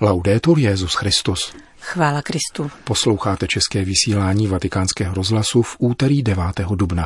Laudetur Jesus Christus. Chvála Kristu. Posloucháte české vysílání Vatikánského rozhlasu v úterý 9. dubna.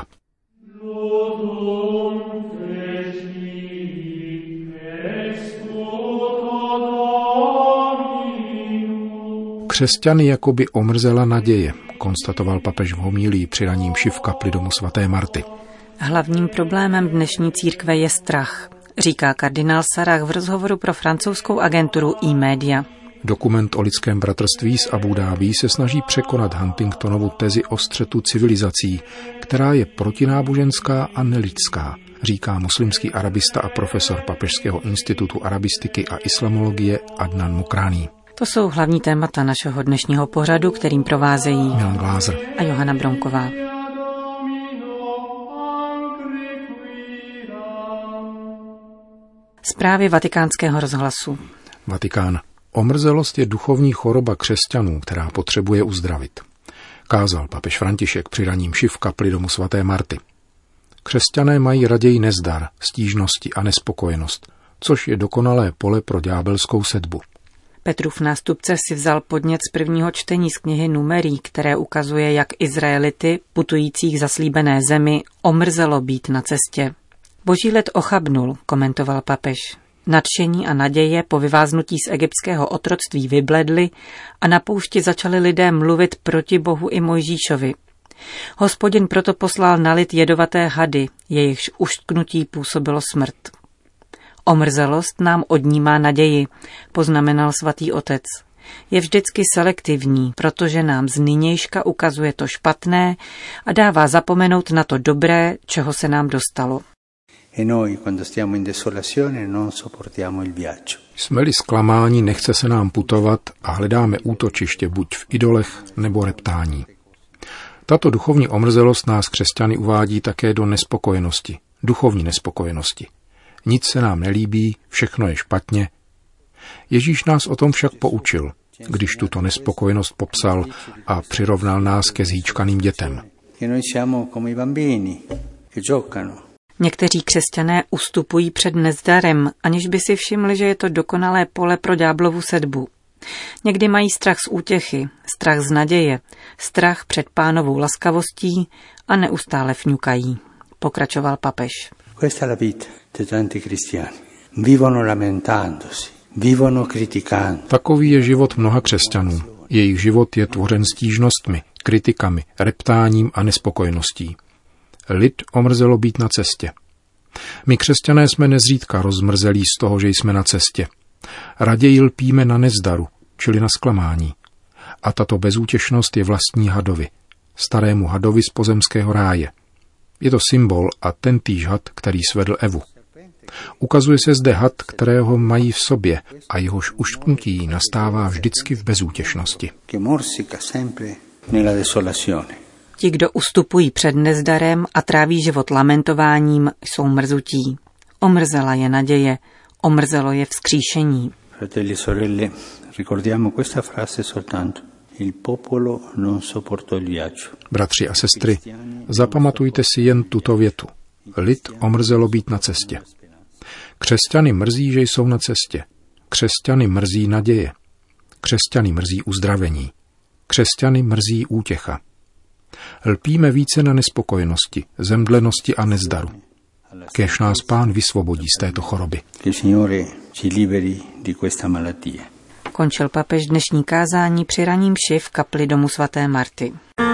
Křesťany jakoby omrzela naděje, konstatoval papež v homílii při raní mši v kapli domu svaté Marty. Hlavním problémem dnešní církve je strach, říká kardinál Sarah v rozhovoru pro francouzskou agenturu eMedia. Dokument o lidském bratrství z Abu Dhabí se snaží překonat Huntingtonovu tezi o střetu civilizací, která je protináboženská a nelidská, říká muslimský arabista a profesor Papežského institutu arabistiky a islamologie Adnan Mukrání. To jsou hlavní témata našeho dnešního pořadu, kterým provázejí Milan Glázer a Johana Bronková. Zprávy Vatikánského rozhlasu. Vatikán. Omrzelost je duchovní choroba křesťanů, která potřebuje uzdravit. Kázal papež František při raní mši v kapli domu svaté Marty. Křesťané mají raději nezdar, stížnosti a nespokojenost, což je dokonalé pole pro ďábelskou sedbu. Petrův nástupce si vzal podnět z prvního čtení z knihy Numerí, které ukazuje, jak Izraelity, putujících za slíbené zemi, omrzelo být na cestě. Boží lid ochabnul, komentoval papež. Nadšení a naděje po vyváznutí z egyptského otroctví vybledly a na poušti začali lidé mluvit proti Bohu i Mojžíšovi. Hospodin proto poslal na lid jedovaté hady, jejichž uštknutí působilo smrt. Omrzelost nám odnímá naději, poznamenal svatý otec. Je vždycky selektivní, protože nám z nynějška ukazuje to špatné a dává zapomenout na to dobré, čeho se nám dostalo. Jsme-li zklamáni, nechce se nám putovat a hledáme útočiště buď v idolech nebo reptání. Tato duchovní omrzelost nás křesťany uvádí také do nespokojenosti, duchovní nespokojenosti. Nic se nám nelíbí, všechno je špatně. Ježíš nás o tom však poučil, když tuto nespokojenost popsal a přirovnal nás ke zhýčkaným dětem. Někteří křesťané ustupují před nezdarem, aniž by si všimli, že je to dokonalé pole pro ďáblovu sedbu. Někdy mají strach z útěchy, strach z naděje, strach před Pánovou laskavostí a neustále fňukají, pokračoval papež. Takový je život mnoha křesťanů. Jejich život je tvořen stížnostmi, kritikami, reptáním a nespokojeností. Lid omrzelo být na cestě. My křesťané jsme nezřídka rozmrzelí z toho, že jsme na cestě. Raději lpíme na nezdaru, čili na zklamání. A tato bezútěšnost je vlastní hadovi, starému hadovi z pozemského ráje. Je to symbol a tentýž had, který svedl Evu. Ukazuje se zde had, kterého mají v sobě a jehož uštknutí nastává vždycky v bezútěšnosti. Ti, kdo ustupují před nezdarem a tráví život lamentováním, jsou mrzutí. Omrzela je naděje, omrzelo je vzkříšení. Bratři a sestry, zapamatujte si jen tuto větu. Lid omrzelo být na cestě. Křesťany mrzí, že jsou na cestě. Křesťany mrzí naděje. Křesťany mrzí uzdravení. Křesťany mrzí útěcha. Lpíme více na nespokojenosti, zemdlenosti a nezdaru. Kéž nás Pán vysvobodí z této choroby. Končil papež dnešní kázání při raní mši v kapli domu svaté Marty.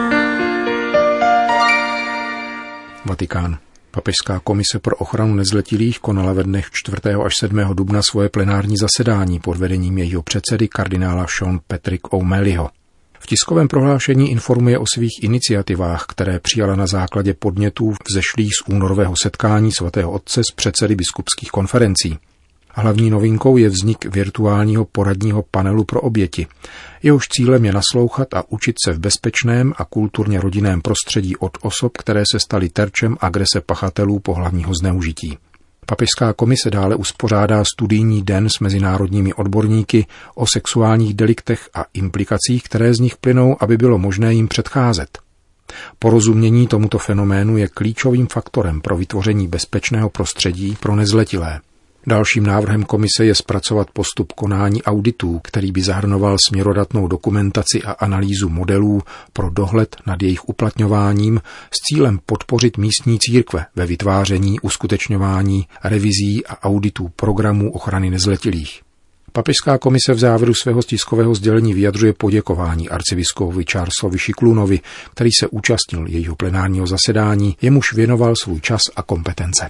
Vatikán. Papežská komise pro ochranu nezletilých konala ve dnech 4. až 7. dubna svoje plenární zasedání pod vedením jejího předsedy kardinála Sean Patrick O'Malleyho. V tiskovém prohlášení informuje o svých iniciativách, které přijala na základě podnětů vzešlých z únorového setkání svatého otce s předsedy biskupských konferencí. Hlavní novinkou je vznik virtuálního poradního panelu pro oběti. Jehož cílem je naslouchat a učit se v bezpečném a kulturně rodinném prostředí od osob, které se staly terčem agrese pachatelů pohlavního zneužití. Papežská komise dále uspořádá studijní den s mezinárodními odborníky o sexuálních deliktech a implikacích, které z nich plynou, aby bylo možné jim předcházet. Porozumění tomuto fenoménu je klíčovým faktorem pro vytvoření bezpečného prostředí pro nezletilé. Dalším návrhem komise je zpracovat postup konání auditů, který by zahrnoval směrodatnou dokumentaci a analýzu modelů pro dohled nad jejich uplatňováním s cílem podpořit místní církve ve vytváření, uskutečňování, revizí a auditů programů ochrany nezletilých. Papežská komise v závěru svého tiskového sdělení vyjadřuje poděkování arcibiskupovi Charlesovi Šiklunovi, který se účastnil jejího plenárního zasedání, jemuž věnoval svůj čas a kompetence.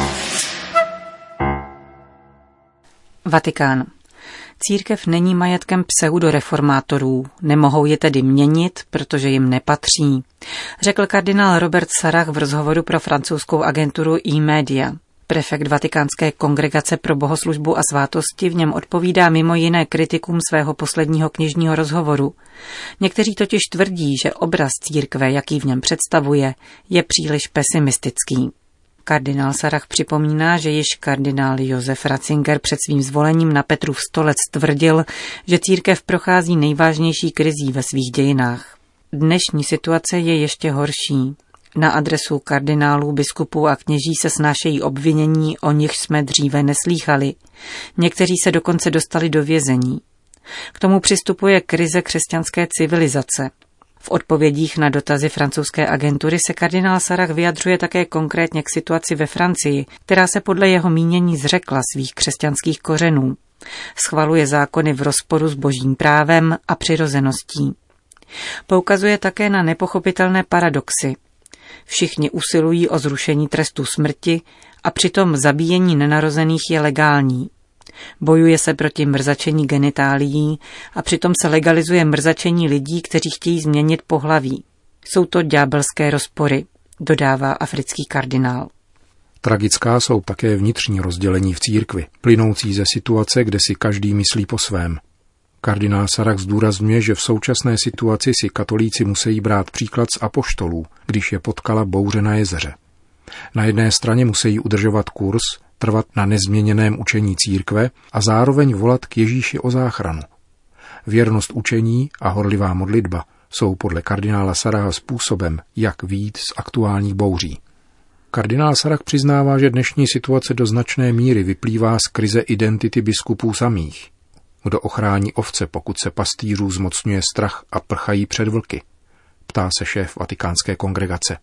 Vatikán. Církev není majetkem pseudoreformátorů, nemohou je tedy měnit, protože jim nepatří, řekl kardinál Robert Sarach v rozhovoru pro francouzskou agenturu e-Media. Prefekt Vatikánské kongregace pro bohoslužbu a svátosti v něm odpovídá mimo jiné kritikům svého posledního knižního rozhovoru. Někteří totiž tvrdí, že obraz církve, jaký v něm představuje, je příliš pesimistický. Kardinál Sarach připomíná, že již kardinál Josef Ratzinger před svým zvolením na Petrův stolec tvrdil, že církev prochází nejvážnější krizí ve svých dějinách. Dnešní situace je ještě horší. Na adresu kardinálů, biskupů a kněží se snášejí obvinění, o nich jsme dříve neslýchali. Někteří se dokonce dostali do vězení. K tomu přistupuje krize křesťanské civilizace. V odpovědích na dotazy francouzské agentury se kardinál Sarach vyjadřuje také konkrétně k situaci ve Francii, která se podle jeho mínění zřekla svých křesťanských kořenů. Schvaluje zákony v rozporu s božím právem a přirozeností. Poukazuje také na nepochopitelné paradoxy. Všichni usilují o zrušení trestu smrti a přitom zabíjení nenarozených je legální. Bojuje se proti mrzačení genitálií a přitom se legalizuje mrzačení lidí, kteří chtějí změnit pohlaví. Jsou to ďábelské rozpory, dodává africký kardinál. Tragická jsou také vnitřní rozdělení v církvi, plynoucí ze situace, kde si každý myslí po svém. Kardinál Sarach zdůrazňuje, že v současné situaci si katolíci musí brát příklad z apoštolů, když je potkala bouře na jezeře. Na jedné straně musí udržovat kurz, trvat na nezměněném učení církve a zároveň volat k Ježíši o záchranu. Věrnost učení a horlivá modlitba jsou podle kardinála Saraha způsobem, jak vyjít z aktuálních bouří. Kardinál Sarach přiznává, že dnešní situace do značné míry vyplývá z krize identity biskupů samých. Kdo ochrání ovce, pokud se pastýřů zmocňuje strach a prchají před vlky? Ptá se šéf Vatikánské kongregace.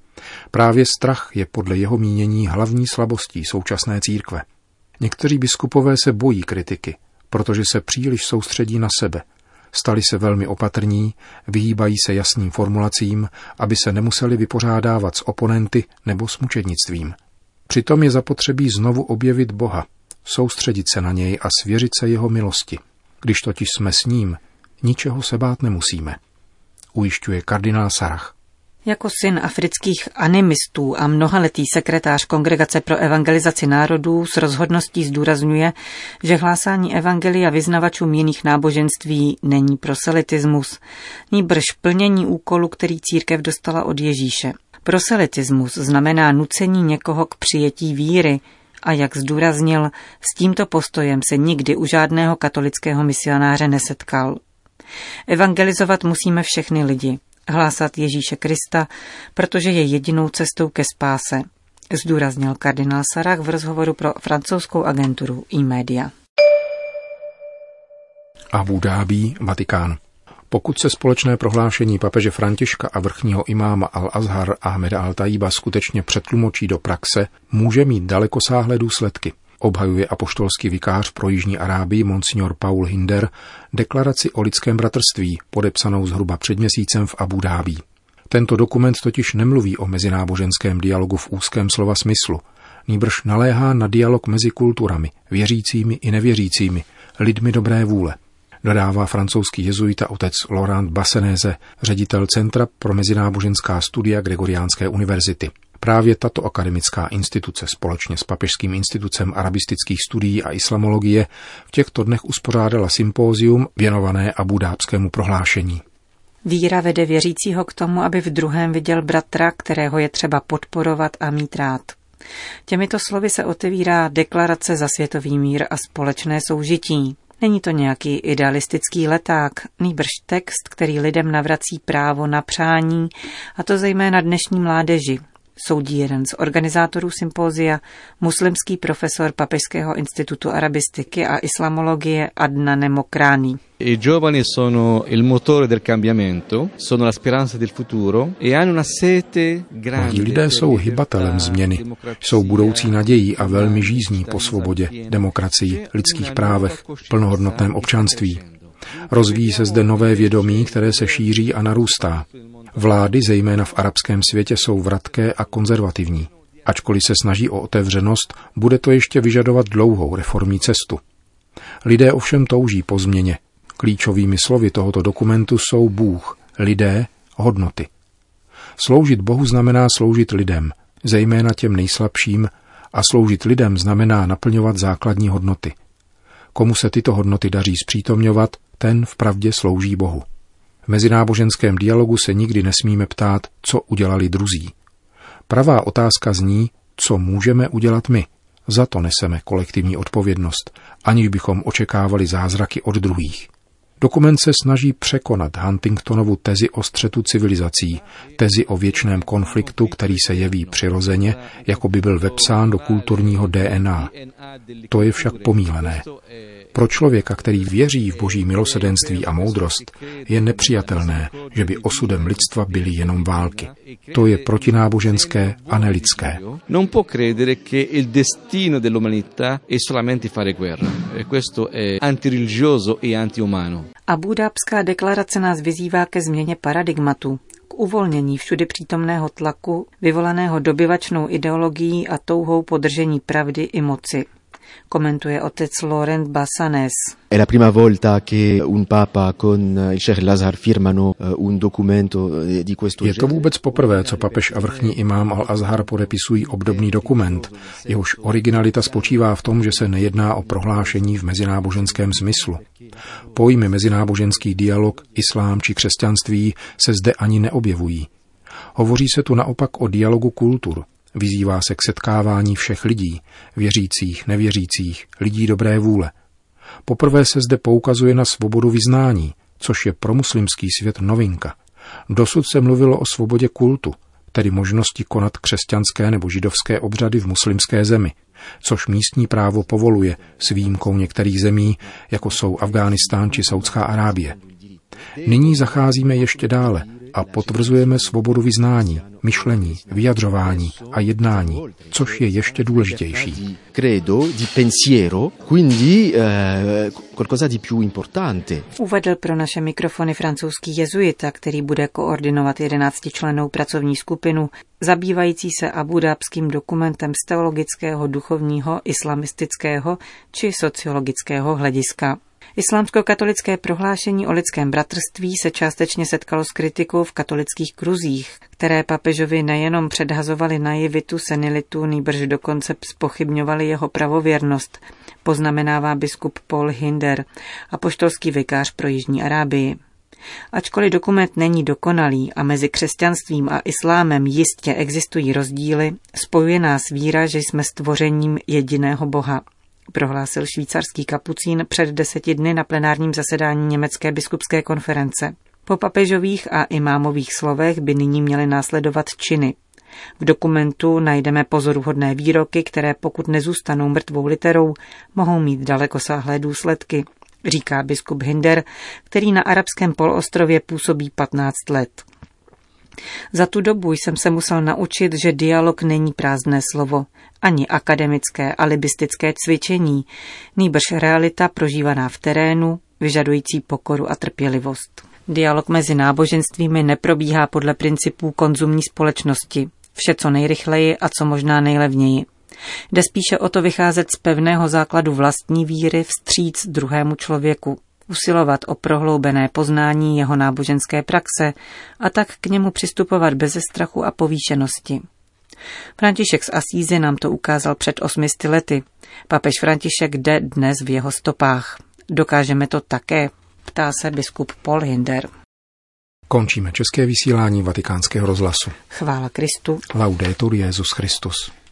Právě strach je podle jeho mínění hlavní slabostí současné církve. Někteří biskupové se bojí kritiky, protože se příliš soustředí na sebe. Stali se velmi opatrní, vyhýbají se jasným formulacím, aby se nemuseli vypořádávat s oponenty nebo s mučednictvím. Přitom je zapotřebí znovu objevit Boha, soustředit se na něj a svěřit se jeho milosti. Když totiž jsme s ním, ničeho se bát nemusíme, ujišťuje kardinál Sarach. Jako syn afrických animistů a mnohaletý sekretář Kongregace pro evangelizaci národů s rozhodností zdůrazňuje, že hlásání evangelia vyznavačům jiných náboženství není proselitismus, nýbrž plnění úkolu, který církev dostala od Ježíše. Proselitismus znamená nucení někoho k přijetí víry a jak zdůraznil, s tímto postojem se nikdy u žádného katolického misionáře nesetkal. Evangelizovat musíme všechny lidi. Hlásat Ježíše Krista, protože je jedinou cestou ke spáse, zdůraznil kardinál Sarach v rozhovoru pro francouzskou agenturu e-Media. Abu Dhabí, Vatikán. Pokud se společné prohlášení papeže Františka a vrchního imáma Al-Azhar Ahmeda Al-Tajíba skutečně přetlumočí do praxe, může mít dalekosáhlé důsledky. Obhajuje apoštolský vikář pro Jižní Arábii monsignor Paul Hinder deklaraci o lidském bratrství, podepsanou zhruba před měsícem v Abu Dhabí. Tento dokument totiž nemluví o mezináboženském dialogu v úzkém slova smyslu, nýbrž naléhá na dialog mezi kulturami, věřícími i nevěřícími, lidmi dobré vůle. Dodává francouzský jezuita otec Laurent Bassenéze, ředitel Centra pro mezináboženská studia Gregoriánské univerzity. Právě tato akademická instituce společně s Papežským institutem arabistických studií a islamologie v těchto dnech uspořádala sympózium věnované abudábskému prohlášení. Víra vede věřícího k tomu, aby v druhém viděl bratra, kterého je třeba podporovat a mít rád. Těmito slovy se otevírá deklarace za světový mír a společné soužití. Není to nějaký idealistický leták, nýbrž text, který lidem navrací právo na přání, a to zejména dnešní mládeži, soudí jeden z organizátorů sympózia, muslimský profesor Papežského institutu arabistiky a islamologie Adnan Mokrani. I giovani sono il motore del cambiamento, sono la speranza del futuro e hanno una sete grande. Mladí lidé jsou hybatelem změny, jsou budoucí nadějí a velmi žízní po svobodě, demokracii, lidských právech, plnohodnotném občanství. Rozvíjí se zde nové vědomí, které se šíří a narůstá. Vlády, zejména v arabském světě, jsou vratké a konzervativní. Ačkoliv se snaží o otevřenost, bude to ještě vyžadovat dlouhou reformní cestu. Lidé ovšem touží po změně. Klíčovými slovy tohoto dokumentu jsou Bůh, lidé, hodnoty. Sloužit Bohu znamená sloužit lidem, zejména těm nejslabším, a sloužit lidem znamená naplňovat základní hodnoty. Komu se tyto hodnoty daří zpřítomňovat, ten vpravdě slouží Bohu. V mezináboženském dialogu se nikdy nesmíme ptát, co udělali druzí. Pravá otázka zní, co můžeme udělat my. Za to neseme kolektivní odpovědnost, aniž bychom očekávali zázraky od druhých. Dokument se snaží překonat Huntingtonovu tezi o střetu civilizací, tezi o věčném konfliktu, který se jeví přirozeně, jako by byl vepsán do kulturního DNA. To je však pomílené. Pro člověka, který věří v boží milosrdenství a moudrost, je nepřijatelné, že by osudem lidstva byly jenom války. To je protináboženské a nelidské. Non può credere che il destino dell'umanità è solamente fare guerra. E questo è antireligioso e antiumano. Abu Dhabská deklarace nás vyzývá ke změně paradigmatu, k uvolnění všudy přítomného tlaku, vyvolaného dobyvačnou ideologií a touhou po držení pravdy i moci. Komentuje otec Laurent Bassanès. È la prima volta che un papa con il Sheikh al-Azhar firmano un documento di questo genere. Je to vůbec poprvé, co papež a vrchní imám al-Azhar podepisují obdobný dokument. Jehož originalita spočívá v tom, že se nejedná o prohlášení v mezináboženském smyslu. Pojmy mezináboženský dialog, islám či křesťanství se zde ani neobjevují. Hovoří se tu naopak o dialogu kultur. Vyzývá se k setkávání všech lidí, věřících, nevěřících, lidí dobré vůle. Poprvé se zde poukazuje na svobodu vyznání, což je pro muslimský svět novinka. Dosud se mluvilo o svobodě kultu, tedy možnosti konat křesťanské nebo židovské obřady v muslimské zemi, což místní právo povoluje s výjimkou některých zemí, jako jsou Afghánistán či Saudská Arábie. Nyní zacházíme ještě dále a potvrzujeme svobodu vyznání, myšlení, vyjadřování a jednání, což je ještě důležitější. Uvedl pro naše mikrofony francouzský jezuita, který bude koordinovat 11člennou pracovní skupinu, zabývající se Abu Dhabským dokumentem z teologického, duchovního, islamistického či sociologického hlediska. Islámsko-katolické prohlášení o lidském bratrství se částečně setkalo s kritikou v katolických kruzích, které papežovi nejenom předhazovaly naivitu, senilitu, nýbrž dokonce zpochybňovaly jeho pravověrnost, poznamenává biskup Paul Hinder, apoštolský vikář pro Jižní Arábii. Ačkoliv dokument není dokonalý a mezi křesťanstvím a islámem jistě existují rozdíly, spojuje nás víra, že jsme stvořením jediného Boha, prohlásil švýcarský kapucín před 10 dny na plenárním zasedání Německé biskupské konference. Po papežových a imámových slovech by nyní měly následovat činy. V dokumentu najdeme pozoruhodné výroky, které pokud nezůstanou mrtvou literou, mohou mít dalekosáhlé důsledky, říká biskup Hinder, který na arabském poloostrově působí 15 let. Za tu dobu jsem se musel naučit, že dialog není prázdné slovo, ani akademické alibistické cvičení, nýbrž realita prožívaná v terénu, vyžadující pokoru a trpělivost. Dialog mezi náboženstvími neprobíhá podle principů konzumní společnosti, vše co nejrychleji a co možná nejlevněji. Jde spíše o to vycházet z pevného základu vlastní víry vstříc druhému člověku, usilovat o prohloubené poznání jeho náboženské praxe a tak k němu přistupovat beze strachu a povýšenosti. František z Asízy nám to ukázal před 800 lety. Papež František jde dnes v jeho stopách. Dokážeme to také? Ptá se biskup Paul Hinder. Končíme české vysílání Vatikánského rozhlasu. Chvála Kristu. Laudetur Jesus Christus.